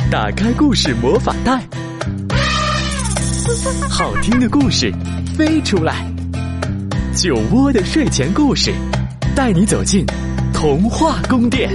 打开故事魔法袋，好听的故事飞出来。酒窝的睡前故事，带你走进童话宫殿。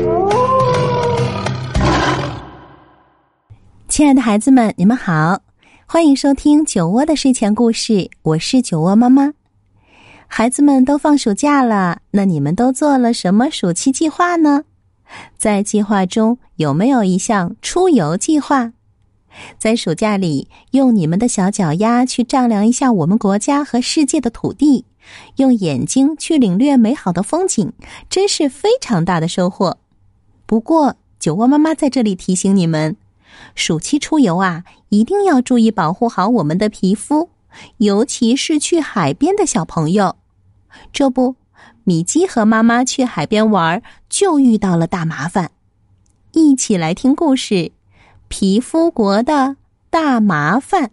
亲爱的孩子们，你们好，欢迎收听酒窝的睡前故事，我是酒窝妈妈。孩子们都放暑假了，那你们都做了什么暑期计划呢？在计划中有没有一项出游计划？在暑假里，用你们的小脚丫去丈量一下我们国家和世界的土地，用眼睛去领略美好的风景，真是非常大的收获。不过，酒窝妈妈在这里提醒你们，暑期出游啊，一定要注意保护好我们的皮肤，尤其是去海边的小朋友。这不，米基和妈妈去海边玩，就遇到了大麻烦。一起来听故事，皮肤国的大麻烦。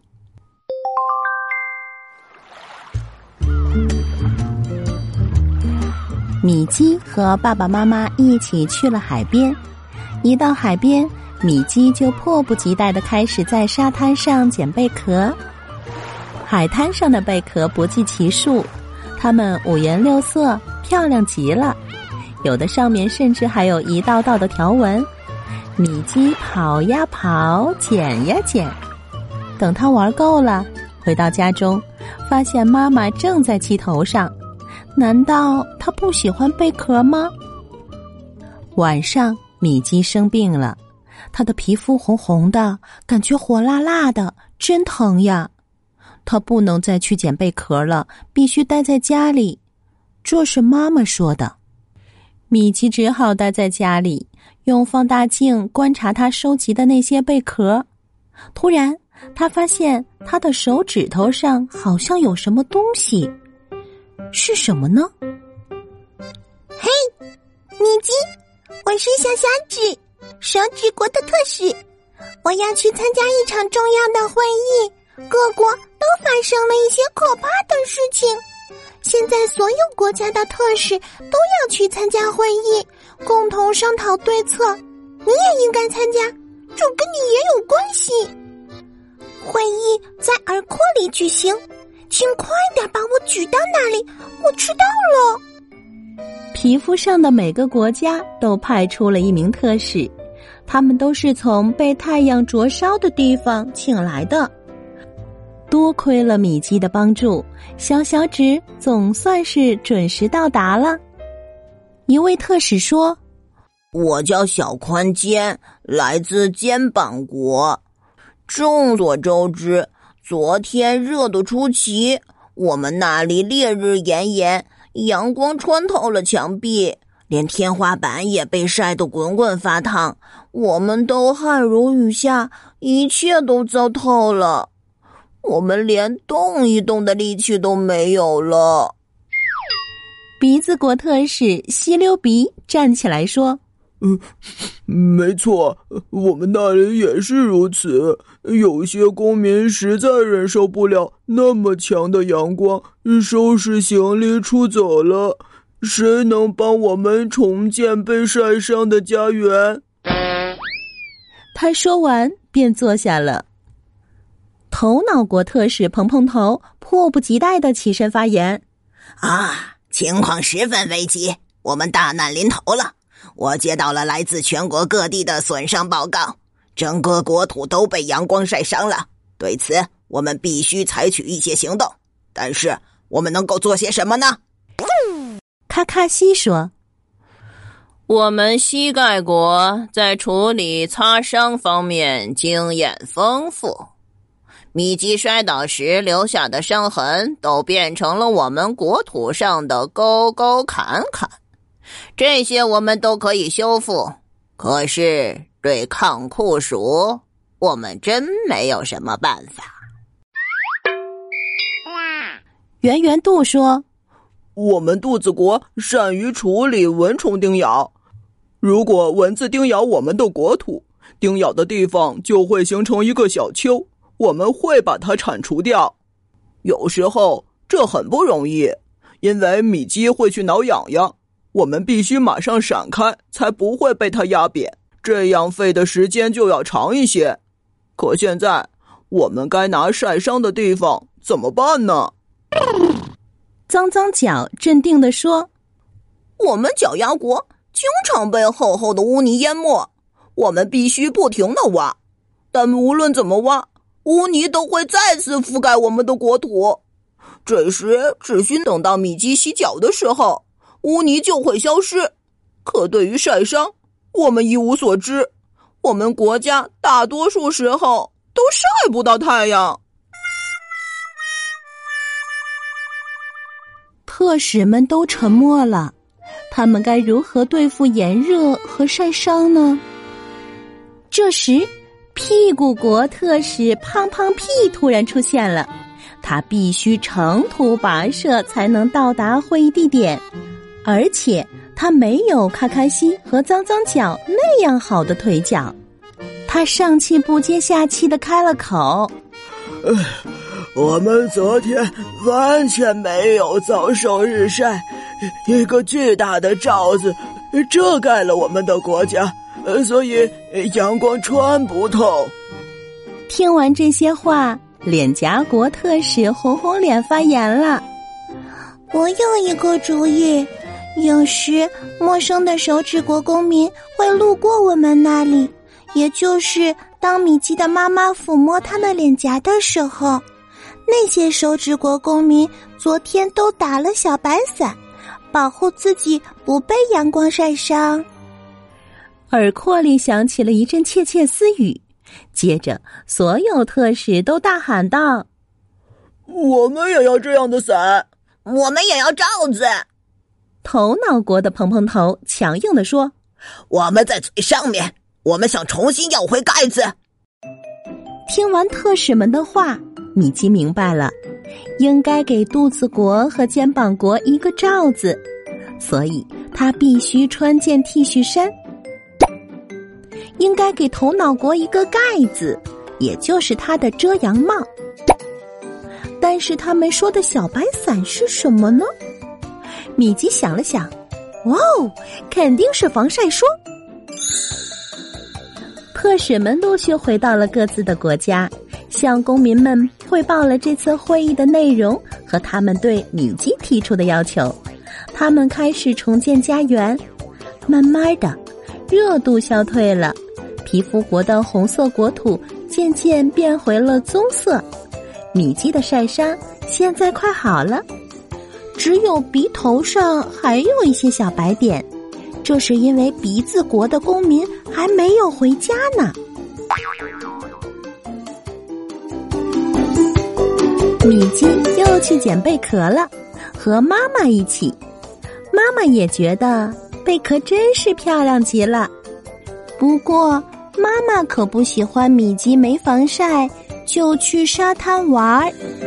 米基和爸爸妈妈一起去了海边，一到海边，米基就迫不及待地开始在沙滩上捡贝壳。海滩上的贝壳不计其数，它们五颜六色，漂亮极了，有的上面甚至还有一道道的条纹。米基跑呀跑，捡呀捡，等他玩够了，回到家中，发现妈妈正在气头上。难道他不喜欢贝壳吗？晚上，米基生病了，他的皮肤红红的，感觉火辣辣的，真疼呀。他不能再去捡贝壳了，必须待在家里。这是妈妈说的。米奇只好待在家里，用放大镜观察他收集的那些贝壳。突然，他发现他的手指头上好像有什么东西。是什么呢？ 嘿，米基，我是小小指，手指国的特使，我要去参加一场重要的会议，各国都发生了一些可怕的事情。现在所有国家的特使都要去参加会议，共同商讨对策。你也应该参加，这跟你也有关系。会议在耳廓里举行，请快点把我举到那里，我迟到了。 皮肤上的每个国家都派出了一名特使，他们都是从被太阳灼烧的地方请来的。多亏了米基的帮助，小小指总算是准时到达了。一位特使说： 我叫小宽肩，来自肩膀国。众所周知，昨天热得出奇，我们那里烈日炎炎，阳光穿透了墙壁，连天花板也被晒得滚滚发烫，我们都汗如雨下，一切都糟透了。我们连动一动的力气都没有了。 鼻子国特使吸溜鼻站起来说： 没错，我们那里也是如此。有些公民实在忍受不了那么强的阳光，收拾行李出走了。谁能帮我们重建被晒伤的家园？ 他说完便坐下了。头脑国特使碰碰头，迫不及待地起身发言： 情况十分危急，我们大难临头了。我接到了来自全国各地的损伤报告，整个国土都被阳光晒伤了。对此，我们必须采取一些行动。但是，我们能够做些什么呢？ 卡卡西说： 我们膝盖国在处理擦伤方面经验丰富，米基摔倒时留下的伤痕都变成了我们国土上的沟沟坎坎，这些我们都可以修复。可是对抗酷暑，我们真没有什么办法。 圆圆度说： 我们肚子国善于处理蚊虫叮咬，如果蚊子叮咬我们的国土，叮咬的地方就会形成一个小丘，我们会把它铲除掉。有时候这很不容易，因为米基会去挠痒痒，我们必须马上闪开，才不会被它压扁。 这样费的时间就要长一些。可现在我们该拿晒伤的地方怎么办呢？ 脏脏脚镇定地说： 我们脚丫国经常被厚厚的污泥淹没，我们必须不停地挖，但无论怎么挖，污泥都会再次覆盖我们的国土。这时只需等到米基洗脚的时候，污泥就会消失。可对于晒伤，我们一无所知。我们国家大多数时候都晒不到太阳。 特使们都沉默了，他们该如何对付炎热和晒伤呢？这时，屁股国特使胖胖屁突然出现了，他必须长途跋涉才能到达会议地点，而且他没有卡卡西和脏脏脚那样好的腿脚。他上气不接下气地开了口： 我们昨天完全没有遭受日晒，一个巨大的罩子遮盖了我们的国家，所以阳光穿不透。 听完这些话，脸颊国特使红红脸发言了： 我有一个主意，有时陌生的手指国公民会路过我们那里，也就是当米基的妈妈抚摸他们脸颊的时候，那些手指国公民昨天都打了小白伞，保护自己不被阳光晒伤。 耳廓里响起了一阵窃窃私语，接着所有特使都大喊道： 我们也要这样的伞， 我们也要罩子。 头脑国的蓬蓬头强硬地说： 我们在最上面，我们想重新要回盖子。 听完特使们的话，米基明白了，应该给肚子国和肩膀国一个罩子，所以他必须穿件 T 恤衫。应该给头脑国一个盖子，也就是他的遮阳帽。但是他们说的小白伞是什么呢？米基想了想，哇哦，肯定是防晒霜。特使们陆续回到了各自的国家，向公民们汇报了这次会议的内容和他们对米基提出的要求。他们开始重建家园，慢慢的，热度消退了，皮肤国的红色国土渐渐变回了棕色。米基的晒伤现在快好了，只有鼻头上还有一些小白点，这是因为鼻子国的公民还没有回家呢。米基又去捡贝壳了，和妈妈一起。妈妈也觉得贝壳真是漂亮极了，不过妈妈可不喜欢米基没防晒就去沙滩玩。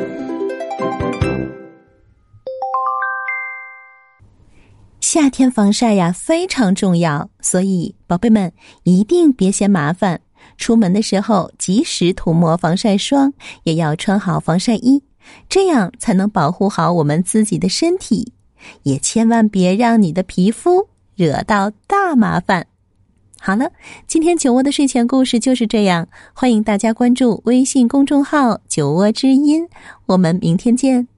夏天防晒呀非常重要，所以宝贝们一定别嫌麻烦，出门的时候及时涂抹防晒霜，也要穿好防晒衣，这样才能保护好我们自己的身体，也千万别让你的皮肤惹到大麻烦。好了，今天酒窝的睡前故事就是这样，欢迎大家关注微信公众号酒窝之音，我们明天见。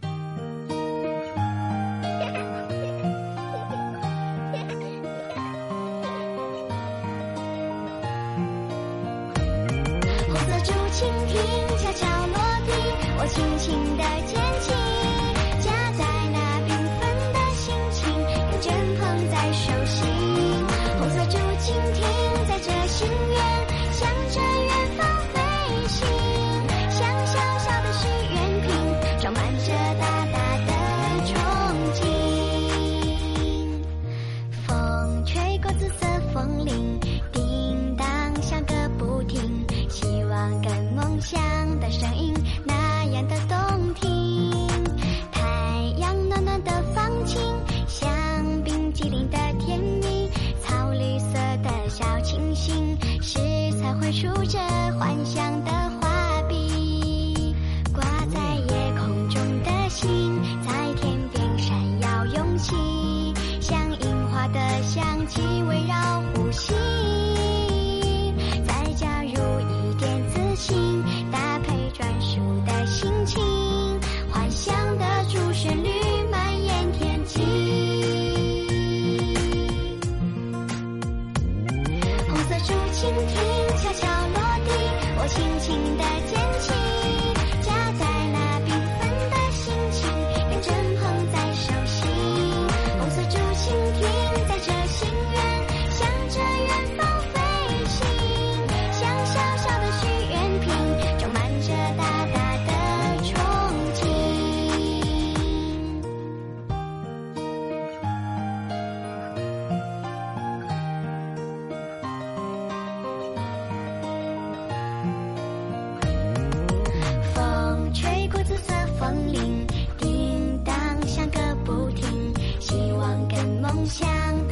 红色竹蜻蜓悄悄落地，我轻轻地捡起，夹在那缤纷的心情，跟针捧在手心。红色竹蜻蜓载着心愿，向着远方飞行，像小小的许愿瓶，装满着大大的憧憬。风吹过紫色风铃，叮当响个不停，希望跟梦想的声音那样的动听。太阳暖暖的放晴，像冰激凌的甜蜜，草绿色的小清新，是才绘出这幻想的画笔。挂在夜空中的星，在天边闪耀勇气，像樱花的香气围绕呼吸。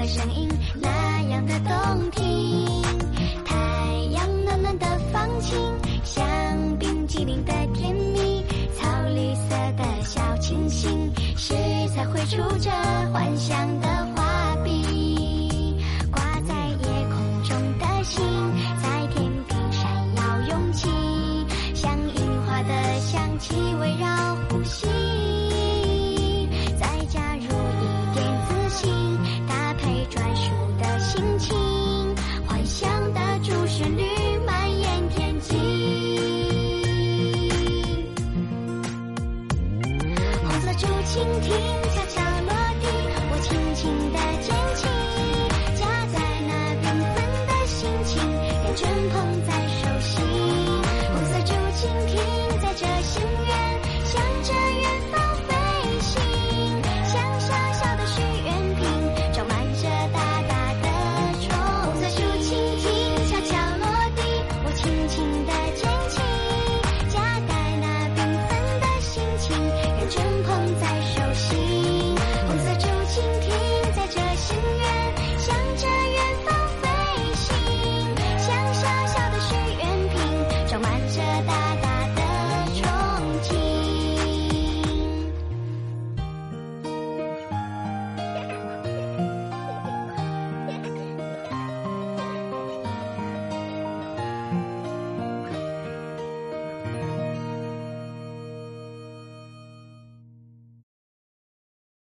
的声音那样的动听。太阳暖暖的放晴，像冰激凌的甜蜜，草绿色的小清新，是才绘出这幻想的画笔。挂在夜空中的星，在天边闪耀勇气，像樱花的香气围绕呼吸。再加入一点自信，搭配专属的心情，幻想的主旋律蔓延天际。红色竹蜻蜓悄悄落地，我轻轻地捡起，夹在那缤纷的心情，跟春风